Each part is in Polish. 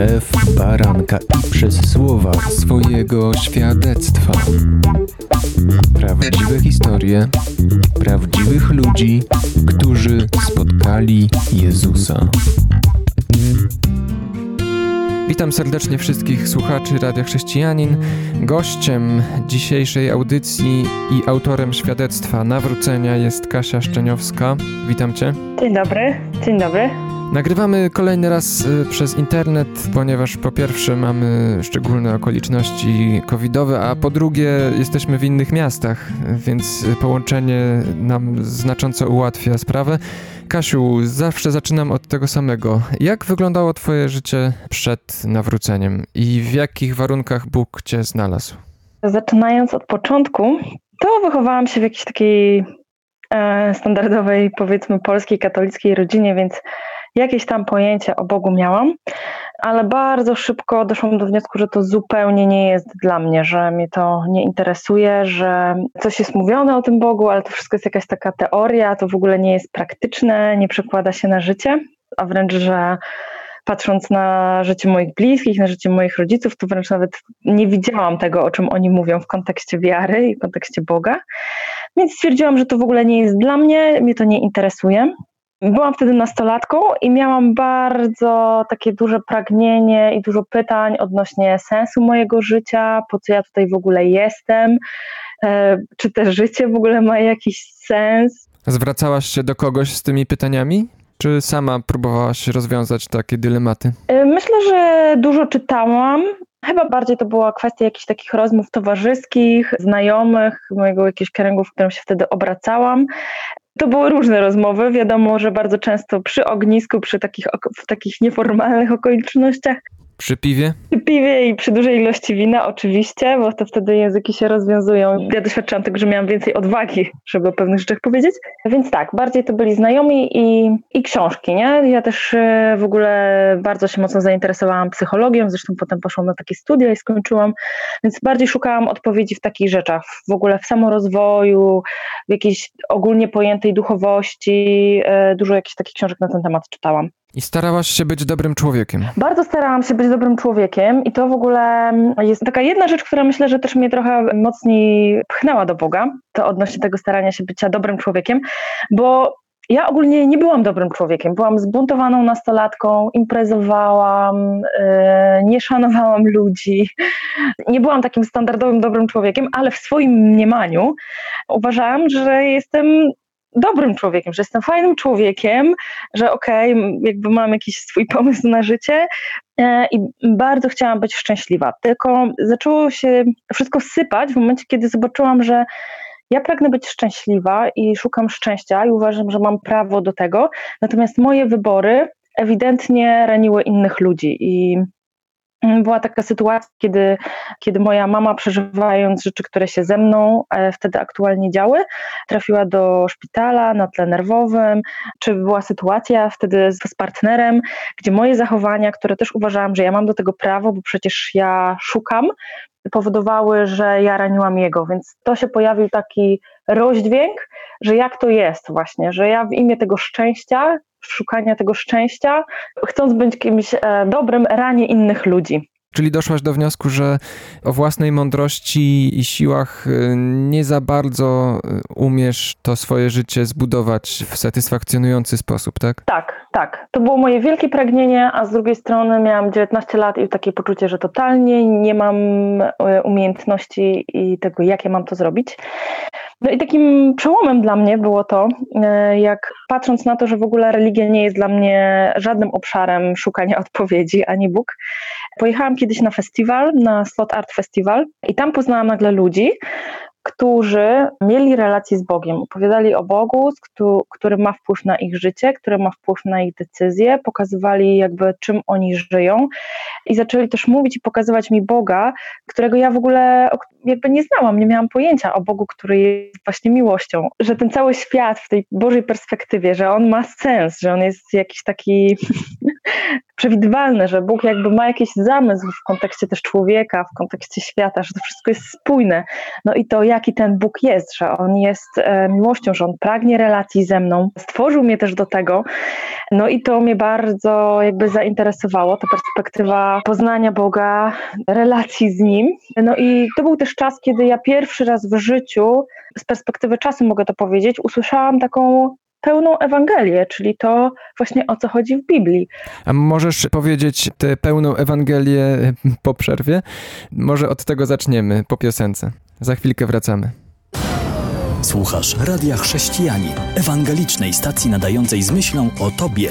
krew baranka i przez słowa swojego świadectwa. Prawdziwe historie prawdziwych ludzi, którzy spotkali Jezusa. Witam serdecznie wszystkich słuchaczy Radia Chrześcijanin. Gościem dzisiejszej audycji i autorem świadectwa nawrócenia jest Kasia Szczeniowska. Witam Cię. Dzień dobry, dzień dobry. Nagrywamy kolejny raz przez internet, ponieważ po pierwsze mamy szczególne okoliczności covidowe, a po drugie jesteśmy w innych miastach, więc połączenie nam znacząco ułatwia sprawę. Kasiu, zawsze zaczynam od tego samego. Jak wyglądało Twoje życie przed nawróceniem i w jakich warunkach Bóg Cię znalazł? Zaczynając od początku, to wychowałam się w jakiejś takiej standardowej, powiedzmy, polskiej, katolickiej rodzinie, więc jakieś tam pojęcie o Bogu miałam, ale bardzo szybko doszłam do wniosku, że to zupełnie nie jest dla mnie, że mnie to nie interesuje, że coś jest mówione o tym Bogu, ale to wszystko jest jakaś taka teoria, to w ogóle nie jest praktyczne, nie przekłada się na życie, a wręcz, że patrząc na życie moich bliskich, na życie moich rodziców, to wręcz nawet nie widziałam tego, o czym oni mówią w kontekście wiary i w kontekście Boga, więc stwierdziłam, że to w ogóle nie jest dla mnie to nie interesuje. Byłam wtedy nastolatką i miałam bardzo takie duże pragnienie i dużo pytań odnośnie sensu mojego życia, po co ja tutaj w ogóle jestem, czy to życie w ogóle ma jakiś sens. Zwracałaś się do kogoś z tymi pytaniami? Czy sama próbowałaś rozwiązać takie dylematy? Myślę, że dużo czytałam. Chyba bardziej to była kwestia jakichś takich rozmów towarzyskich, znajomych, mojego jakiegoś kręgu, w którym się wtedy obracałam. To były różne rozmowy, wiadomo, że bardzo często przy ognisku, w takich nieformalnych okolicznościach. Przy piwie? Przy piwie i przy dużej ilości wina oczywiście, bo to wtedy języki się rozwiązują. Ja doświadczyłam tego, że miałam więcej odwagi, żeby o pewnych rzeczach powiedzieć. Więc tak, bardziej to byli znajomi i książki, nie? Ja też w ogóle bardzo się mocno zainteresowałam psychologią, zresztą potem poszłam na takie studia i skończyłam, więc bardziej szukałam odpowiedzi w takich rzeczach, w ogóle w samorozwoju, w jakiejś ogólnie pojętej duchowości, dużo jakichś takich książek na ten temat czytałam. I starałaś się być dobrym człowiekiem. Bardzo starałam się być dobrym człowiekiem i to w ogóle jest taka jedna rzecz, która myślę, że też mnie trochę mocniej pchnęła do Boga, to odnośnie tego starania się bycia dobrym człowiekiem, bo ja ogólnie nie byłam dobrym człowiekiem, byłam zbuntowaną nastolatką, imprezowałam, nie szanowałam ludzi, nie byłam takim standardowym dobrym człowiekiem, ale w swoim mniemaniu uważałam, że jestem dobrym człowiekiem, że jestem fajnym człowiekiem, że jakby mam jakiś swój pomysł na życie i bardzo chciałam być szczęśliwa. Tylko zaczęło się wszystko sypać w momencie, kiedy zobaczyłam, że ja pragnę być szczęśliwa i szukam szczęścia i uważam, że mam prawo do tego, natomiast moje wybory ewidentnie raniły innych ludzi i była taka sytuacja, kiedy moja mama, przeżywając rzeczy, które się ze mną wtedy aktualnie działy, trafiła do szpitala na tle nerwowym, czy była sytuacja wtedy z partnerem, gdzie moje zachowania, które też uważałam, że ja mam do tego prawo, bo przecież ja szukam, powodowały, że ja raniłam jego, więc to się pojawił taki rozdźwięk, że jak to jest właśnie, że ja w imię tego szczęścia, szukania tego szczęścia, chcąc być kimś dobrym, ranię innych ludzi. Czyli doszłaś do wniosku, że o własnej mądrości i siłach nie za bardzo umiesz to swoje życie zbudować w satysfakcjonujący sposób, tak? Tak. To było moje wielkie pragnienie, a z drugiej strony miałam 19 lat i takie poczucie, że totalnie nie mam umiejętności i tego, jak ja mam to zrobić. No i takim przełomem dla mnie było to, jak patrząc na to, że w ogóle religia nie jest dla mnie żadnym obszarem szukania odpowiedzi, ani Bóg, pojechałam kiedyś na festiwal, na Slot Art Festival i tam poznałam nagle ludzi, którzy mieli relacje z Bogiem, opowiadali o Bogu, który ma wpływ na ich życie, który ma wpływ na ich decyzje, pokazywali jakby czym oni żyją i zaczęli też mówić i pokazywać mi Boga, którego ja w ogóle jakby nie znałam, nie miałam pojęcia o Bogu, który jest właśnie miłością, że ten cały świat w tej Bożej perspektywie, że on ma sens, że on jest jakiś taki przewidywalny, że Bóg jakby ma jakiś zamysł w kontekście też człowieka, w kontekście świata, że to wszystko jest spójne. No i to jaki ten Bóg jest, że on jest miłością, że on pragnie relacji ze mną. Stworzył mnie też do tego, No i to mnie bardzo jakby zainteresowało, ta perspektywa poznania Boga, relacji z Nim. No i to był też czas, kiedy ja pierwszy raz w życiu, z perspektywy czasu mogę to powiedzieć, usłyszałam taką pełną Ewangelię, czyli to właśnie o co chodzi w Biblii. A możesz powiedzieć tę pełną Ewangelię po przerwie? Może od tego zaczniemy, po piosence. Za chwilkę wracamy. Słuchasz Radia Chrześcijanin, ewangelicznej stacji nadającej z myślą o Tobie.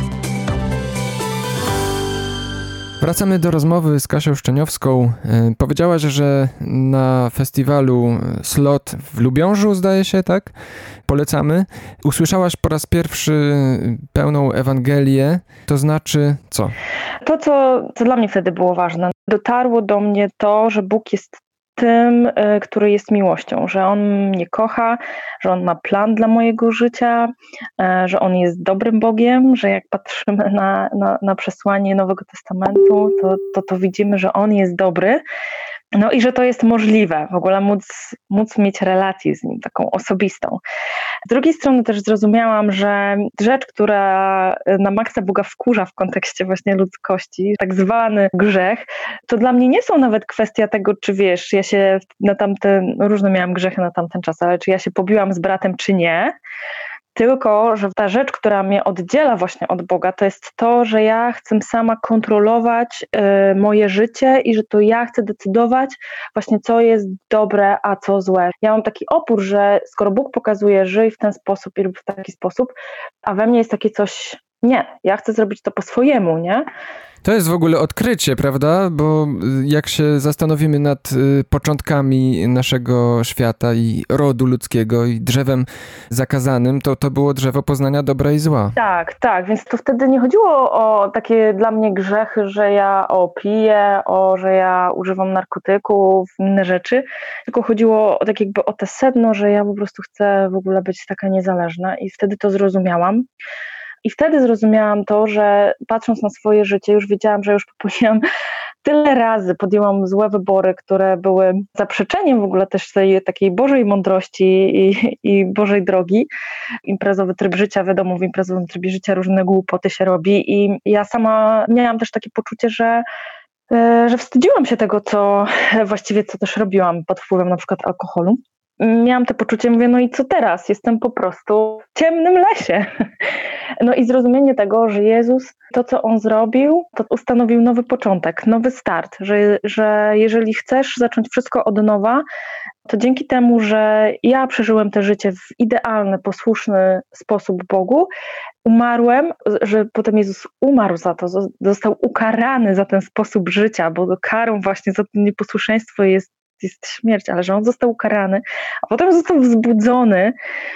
Wracamy do rozmowy z Kasią Szczeniowską. Powiedziałaś, że na festiwalu Slot w Lubiążu, zdaje się, tak? Polecamy. Usłyszałaś po raz pierwszy pełną Ewangelię. To znaczy co? To, co dla mnie wtedy było ważne. Dotarło do mnie to, że Bóg jest tym, który jest miłością, że On mnie kocha, że On ma plan dla mojego życia, że On jest dobrym Bogiem, że jak patrzymy na przesłanie Nowego Testamentu, to widzimy, że On jest dobry. No i że to jest możliwe, w ogóle móc mieć relację z Nim, taką osobistą. Z drugiej strony też zrozumiałam, że rzecz, która na maksa Boga wkurza w kontekście właśnie ludzkości, tak zwany grzech, to dla mnie nie są nawet kwestia tego, czy wiesz, ja się różne miałam grzechy na tamten czas, ale czy ja się pobiłam z bratem, czy nie, tylko że ta rzecz, która mnie oddziela właśnie od Boga, to jest to, że ja chcę sama kontrolować moje życie i że to ja chcę decydować właśnie, co jest dobre, a co złe. Ja mam taki opór, że skoro Bóg pokazuje, żyj w ten sposób lub w taki sposób, a we mnie jest takie coś, nie, ja chcę zrobić to po swojemu, nie? To jest w ogóle odkrycie, prawda? Bo jak się zastanowimy nad początkami naszego świata i rodu ludzkiego i drzewem zakazanym, to było drzewo poznania dobra i zła. Tak, więc to wtedy nie chodziło o takie dla mnie grzechy, że ja piję, że ja używam narkotyków, inne rzeczy, tylko chodziło tak jakby o te sedno, że ja po prostu chcę w ogóle być taka niezależna i wtedy to zrozumiałam. I wtedy zrozumiałam to, że patrząc na swoje życie, już wiedziałam, że już popełniłam tyle razy, podjęłam złe wybory, które były zaprzeczeniem w ogóle też tej takiej Bożej mądrości i Bożej drogi. Imprezowy tryb życia, wiadomo, w imprezowym trybie życia różne głupoty się robi i ja sama miałam też takie poczucie, że wstydziłam się tego, co też robiłam pod wpływem na przykład alkoholu. Miałam to poczucie, mówię, no i co teraz? Jestem po prostu w ciemnym lesie. No i zrozumienie tego, że Jezus, to co On zrobił, to ustanowił nowy początek, nowy start, że jeżeli chcesz zacząć wszystko od nowa, to dzięki temu, że ja przeżyłem to życie w idealny, posłuszny sposób Bogu, umarłem, że potem Jezus umarł za to, został ukarany za ten sposób życia, bo karą właśnie za to nieposłuszeństwo jest śmierć, ale że On został ukarany, a potem został wzbudzony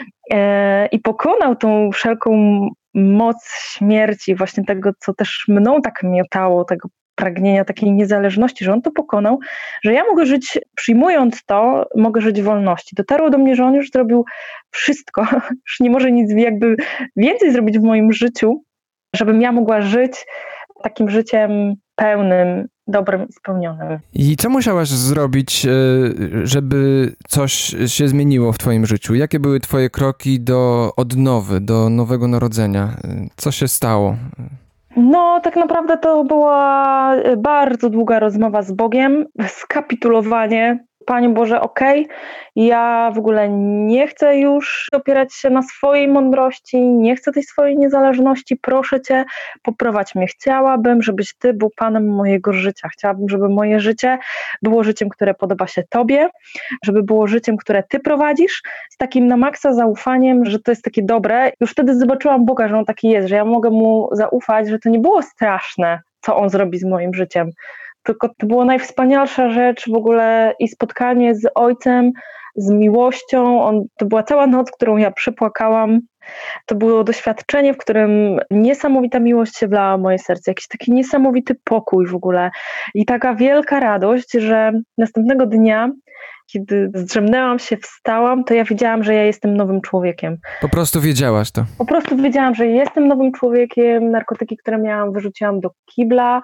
i pokonał tą wszelką moc śmierci, właśnie tego, co też mną tak miotało, tego pragnienia takiej niezależności, że On to pokonał, że ja mogę żyć, przyjmując to, mogę żyć w wolności. Dotarło do mnie, że On już zrobił wszystko, już nie może nic jakby więcej zrobić w moim życiu, żebym ja mogła żyć takim życiem pełnym, dobrym i spełnionym. I co musiałaś zrobić, żeby coś się zmieniło w twoim życiu? Jakie były twoje kroki do odnowy, do nowego narodzenia? Co się stało? No, tak naprawdę to była bardzo długa rozmowa z Bogiem, skapitulowanie. Panie Boże, ja w ogóle nie chcę już opierać się na swojej mądrości, nie chcę tej swojej niezależności, proszę Cię, poprowadź mnie. Chciałabym, żebyś Ty był Panem mojego życia. Chciałabym, żeby moje życie było życiem, które podoba się Tobie, żeby było życiem, które Ty prowadzisz, z takim na maksa zaufaniem, że to jest takie dobre. Już wtedy zobaczyłam Boga, że On taki jest, że ja mogę Mu zaufać, że to nie było straszne, co On zrobi z moim życiem. Tylko to była najwspanialsza rzecz w ogóle i spotkanie z Ojcem, z miłością. To była cała noc, którą ja przepłakałam. To było doświadczenie, w którym niesamowita miłość się wlała w moje serce, jakiś taki niesamowity pokój w ogóle i taka wielka radość, że następnego dnia, kiedy zdrzemnęłam się, wstałam, to ja wiedziałam, że ja jestem nowym człowiekiem. Po prostu wiedziałaś to? Po prostu wiedziałam, że jestem nowym człowiekiem, narkotyki, które miałam, wyrzuciłam do kibla,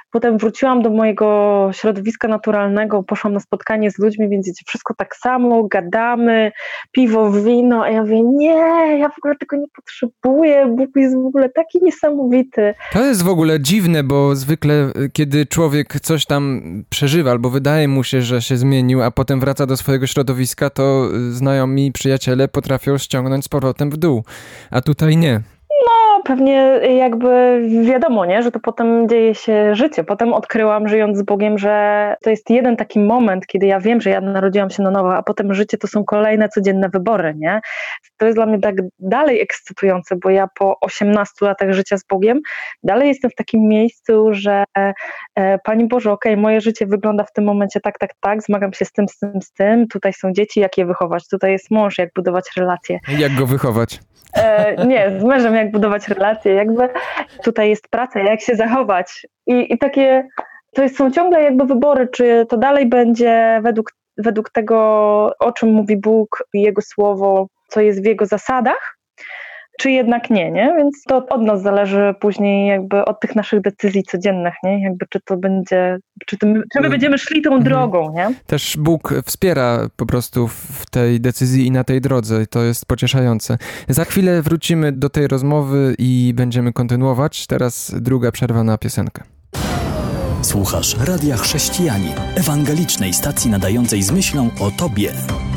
Potem wróciłam do mojego środowiska naturalnego, poszłam na spotkanie z ludźmi, więc wiecie, wszystko tak samo, gadamy, piwo, wino, a ja mówię, nie, ja w ogóle tego nie potrzebuję, Bóg jest w ogóle taki niesamowity. To jest w ogóle dziwne, bo zwykle kiedy człowiek coś tam przeżywa, albo wydaje mu się, że się zmienił, a potem wraca do swojego środowiska, to znajomi, przyjaciele potrafią ściągnąć z powrotem w dół, a tutaj nie. No, pewnie jakby wiadomo, nie, że to potem dzieje się życie. Potem odkryłam, żyjąc z Bogiem, że to jest jeden taki moment, kiedy ja wiem, że ja narodziłam się na nowo, a potem życie to są kolejne codzienne wybory, nie? To jest dla mnie tak dalej ekscytujące, bo ja po 18 latach życia z Bogiem dalej jestem w takim miejscu, że Pani Boże, okej, moje życie wygląda w tym momencie tak, zmagam się z tym, tutaj są dzieci, jak je wychować, tutaj jest mąż, jak budować relacje. Jak go wychować? Nie, z mężem jak budować relacje, jakby tutaj jest praca, jak się zachować i takie, są ciągle jakby wybory, czy to dalej będzie według tego, o czym mówi Bóg i Jego Słowo, co jest w Jego zasadach, czy jednak nie? Więc to od nas zależy później jakby od tych naszych decyzji codziennych, nie? Jakby czy to będzie, czy my będziemy szli tą drogą, nie? Też Bóg wspiera po prostu w tej decyzji i na tej drodze i to jest pocieszające. Za chwilę wrócimy do tej rozmowy i będziemy kontynuować. Teraz druga przerwa na piosenkę. Słuchasz Radia Chrześcijani, ewangelicznej stacji nadającej z myślą o Tobie.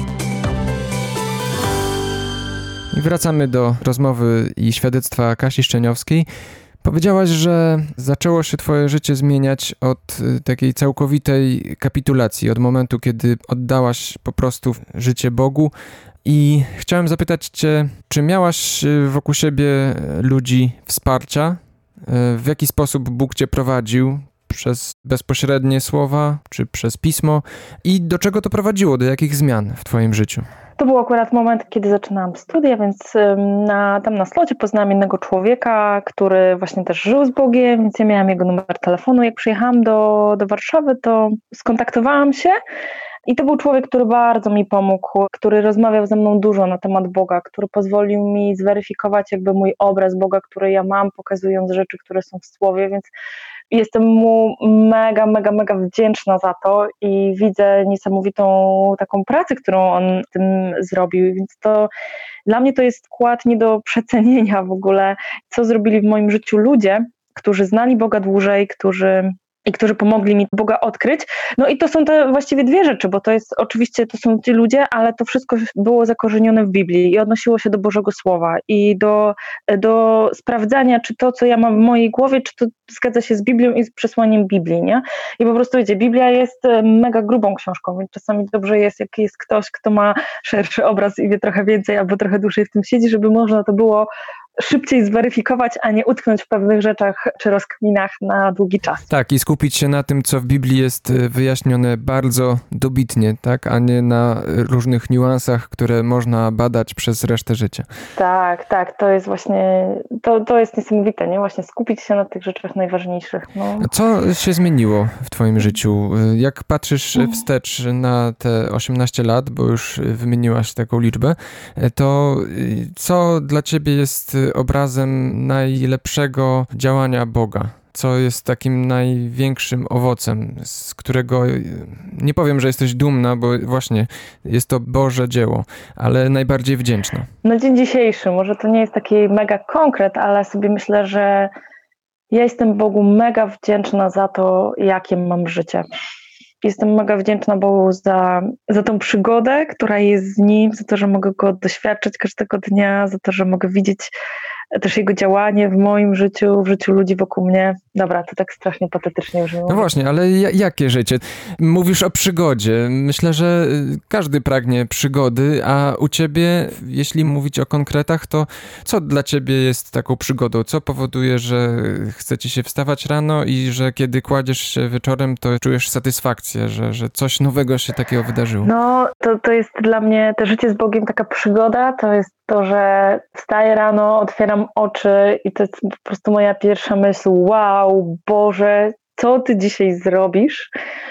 I wracamy do rozmowy i świadectwa Kasi Szczeniowskiej. Powiedziałaś, że zaczęło się twoje życie zmieniać od takiej całkowitej kapitulacji, od momentu, kiedy oddałaś po prostu życie Bogu. I chciałem zapytać cię, czy miałaś wokół siebie ludzi wsparcia? W jaki sposób Bóg cię prowadził? Przez bezpośrednie słowa, czy przez pismo? I do czego to prowadziło? Do jakich zmian w twoim życiu? To był akurat moment, kiedy zaczynałam studia, więc tam na slocie poznałam innego człowieka, który właśnie też żył z Bogiem, więc ja miałam jego numer telefonu. Jak przyjechałam do Warszawy, to skontaktowałam się i to był człowiek, który bardzo mi pomógł, który rozmawiał ze mną dużo na temat Boga, który pozwolił mi zweryfikować jakby mój obraz Boga, który ja mam, pokazując rzeczy, które są w Słowie, więc jestem mu mega wdzięczna za to i widzę niesamowitą taką pracę, którą on w tym zrobił, więc to dla mnie to jest wkład nie do przecenienia w ogóle, co zrobili w moim życiu ludzie, którzy znali Boga dłużej, którzy pomogli mi Boga odkryć. No i to są te właściwie dwie rzeczy, bo to jest oczywiście, to są ci ludzie, ale to wszystko było zakorzenione w Biblii i odnosiło się do Bożego Słowa i do sprawdzania, czy to, co ja mam w mojej głowie, czy to zgadza się z Biblią i z przesłaniem Biblii, nie? I po prostu wiecie, Biblia jest mega grubą książką, więc czasami dobrze jest, jak jest ktoś, kto ma szerszy obraz i wie trochę więcej albo trochę dłużej w tym siedzi, żeby można to było szybciej zweryfikować, a nie utknąć w pewnych rzeczach czy rozkminach na długi czas. Tak, i skupić się na tym, co w Biblii jest wyjaśnione bardzo dobitnie, tak, a nie na różnych niuansach, które można badać przez resztę życia. Tak, to jest właśnie, to jest niesamowite, nie? Właśnie skupić się na tych rzeczach najważniejszych. No. A co się zmieniło w twoim życiu? Jak patrzysz wstecz na te 18 lat, bo już wymieniłaś taką liczbę, to co dla ciebie jest obrazem najlepszego działania Boga? Co jest takim największym owocem, z którego nie powiem, że jesteś dumna, bo właśnie jest to Boże dzieło, ale najbardziej wdzięczna? Na dzień dzisiejszy, może to nie jest taki mega konkret, ale sobie myślę, że ja jestem Bogu mega wdzięczna za to, jakie mam życie. Jestem mega wdzięczna Bogu za tą przygodę, która jest z Nim, za to, że mogę Go doświadczyć każdego dnia, za to, że mogę widzieć też Jego działanie w moim życiu, w życiu ludzi wokół mnie. Dobra, to tak strasznie patetycznie brzmi. No właśnie, ale jakie życie? Mówisz o przygodzie. Myślę, że każdy pragnie przygody, a u ciebie, jeśli mówić o konkretach, to co dla ciebie jest taką przygodą? Co powoduje, że chce ci się wstawać rano i że kiedy kładziesz się wieczorem, to czujesz satysfakcję, że coś nowego się takiego wydarzyło? No, to jest dla mnie, to życie z Bogiem taka przygoda, to jest to, że wstaję rano, otwieram oczy i to jest po prostu moja pierwsza myśl: wow, Boże, co Ty dzisiaj zrobisz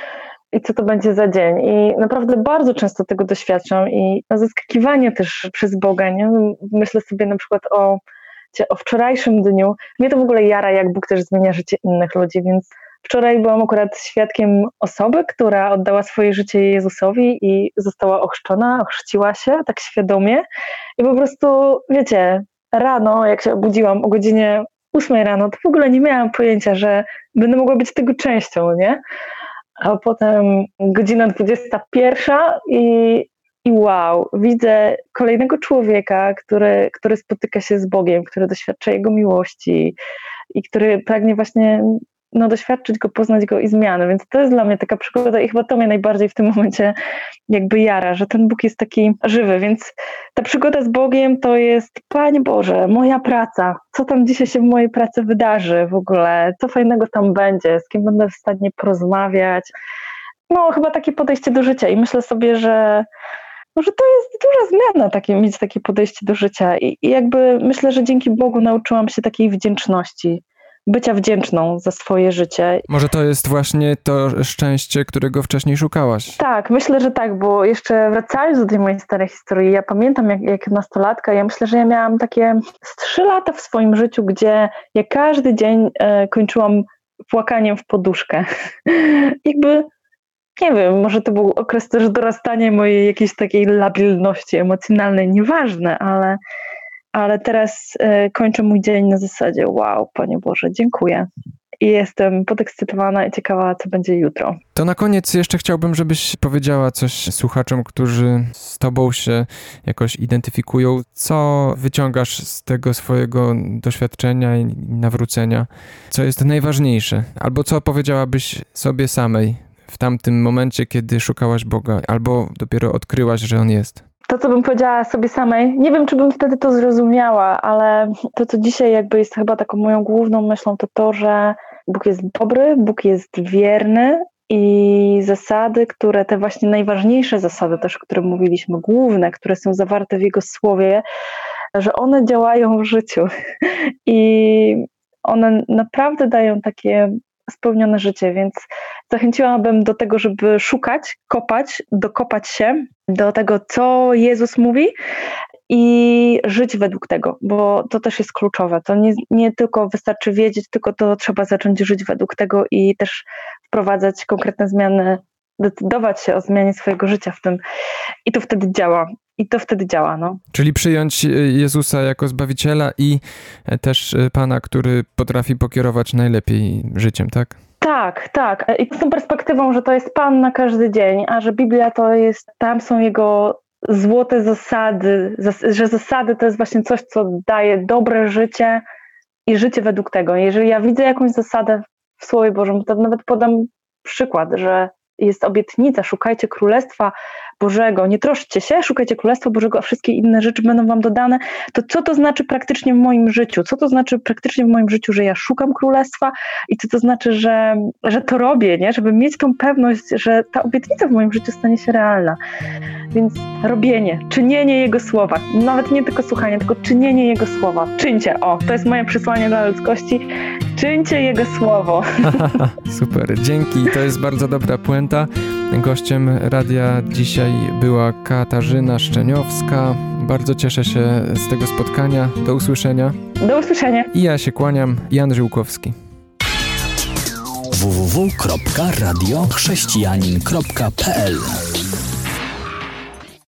i co to będzie za dzień. I naprawdę bardzo często tego doświadczam i zaskakiwanie też przez Boga, nie? Myślę sobie na przykład o wczorajszym dniu. Mnie to w ogóle jara, jak Bóg też zmienia życie innych ludzi, więc Wczoraj byłam akurat świadkiem osoby, która oddała swoje życie Jezusowi i została ochrzczona, ochrzciła się tak świadomie i po prostu, wiecie, rano, jak się obudziłam o godzinie 8 rano, to w ogóle nie miałam pojęcia, że będę mogła być tego częścią, nie? A potem godzina 21 i wow, widzę kolejnego człowieka, który spotyka się z Bogiem, który doświadcza Jego miłości i który pragnie właśnie doświadczyć Go, poznać Go i zmiany, więc to jest dla mnie taka przygoda i chyba to mnie najbardziej w tym momencie jakby jara, że ten Bóg jest taki żywy, więc ta przygoda z Bogiem to jest, Panie Boże, moja praca, co tam dzisiaj się w mojej pracy wydarzy w ogóle, co fajnego tam będzie, z kim będę w stanie porozmawiać, chyba takie podejście do życia i myślę sobie, że to jest duża zmiana mieć takie podejście do życia i jakby myślę, że dzięki Bogu nauczyłam się takiej wdzięczności, bycia wdzięczną za swoje życie. Może to jest właśnie to szczęście, którego wcześniej szukałaś. Tak, myślę, że tak, bo jeszcze wracając do tej mojej starej historii, ja pamiętam jak nastolatka, ja myślę, że ja miałam takie 3 lata w swoim życiu, gdzie ja każdy dzień kończyłam płakaniem w poduszkę. Jakby, nie wiem, może to był okres też dorastania mojej jakiejś takiej labilności emocjonalnej, nieważne, ale teraz kończę mój dzień na zasadzie wow, Panie Boże, dziękuję. I jestem podekscytowana i ciekawa, co będzie jutro. To na koniec jeszcze chciałbym, żebyś powiedziała coś słuchaczom, którzy z Tobą się jakoś identyfikują. Co wyciągasz z tego swojego doświadczenia i nawrócenia? Co jest najważniejsze? Albo co powiedziałabyś sobie samej w tamtym momencie, kiedy szukałaś Boga? Albo dopiero odkryłaś, że On jest? To, co bym powiedziała sobie samej, nie wiem, czy bym wtedy to zrozumiała, ale to, co dzisiaj jakby jest chyba taką moją główną myślą, to, że Bóg jest dobry, Bóg jest wierny i zasady, te właśnie najważniejsze zasady też, o których mówiliśmy, główne, które są zawarte w Jego Słowie, że one działają w życiu i one naprawdę dają takie spełnione życie, więc zachęciłabym do tego, żeby szukać, dokopać się do tego, co Jezus mówi i żyć według tego, bo to też jest kluczowe. To nie tylko wystarczy wiedzieć, tylko to trzeba zacząć żyć według tego i też wprowadzać konkretne zmiany, decydować się o zmianie swojego życia w tym i to wtedy działa. Czyli przyjąć Jezusa jako Zbawiciela i też Pana, który potrafi pokierować najlepiej życiem, tak? Tak. I z tą perspektywą, że to jest Pan na każdy dzień, a że Biblia tam są Jego złote zasady, że zasady to jest właśnie coś, co daje dobre życie i życie według tego. Jeżeli ja widzę jakąś zasadę w Słowie Bożym, to nawet podam przykład, że jest obietnica, szukajcie Królestwa Bożego, nie troszczcie się, szukajcie Królestwa Bożego, a wszystkie inne rzeczy będą wam dodane, to co to znaczy praktycznie w moim życiu? Co to znaczy praktycznie w moim życiu, że ja szukam Królestwa i co to znaczy, że to robię, nie? Żeby mieć tą pewność, że ta obietnica w moim życiu stanie się realna. Więc robienie, czynienie Jego Słowa, nawet nie tylko słuchanie, tylko czynienie Jego Słowa. Czyńcie, to jest moje przesłanie dla ludzkości, czyńcie Jego Słowo. Super, dzięki, to jest bardzo dobra puenta. Gościem radia dzisiaj była Katarzyna Szczeniowska. Bardzo cieszę się z tego spotkania. Do usłyszenia. Do usłyszenia. I ja się kłaniam, Jan Żyłkowski. www.radiochrześcijanin.pl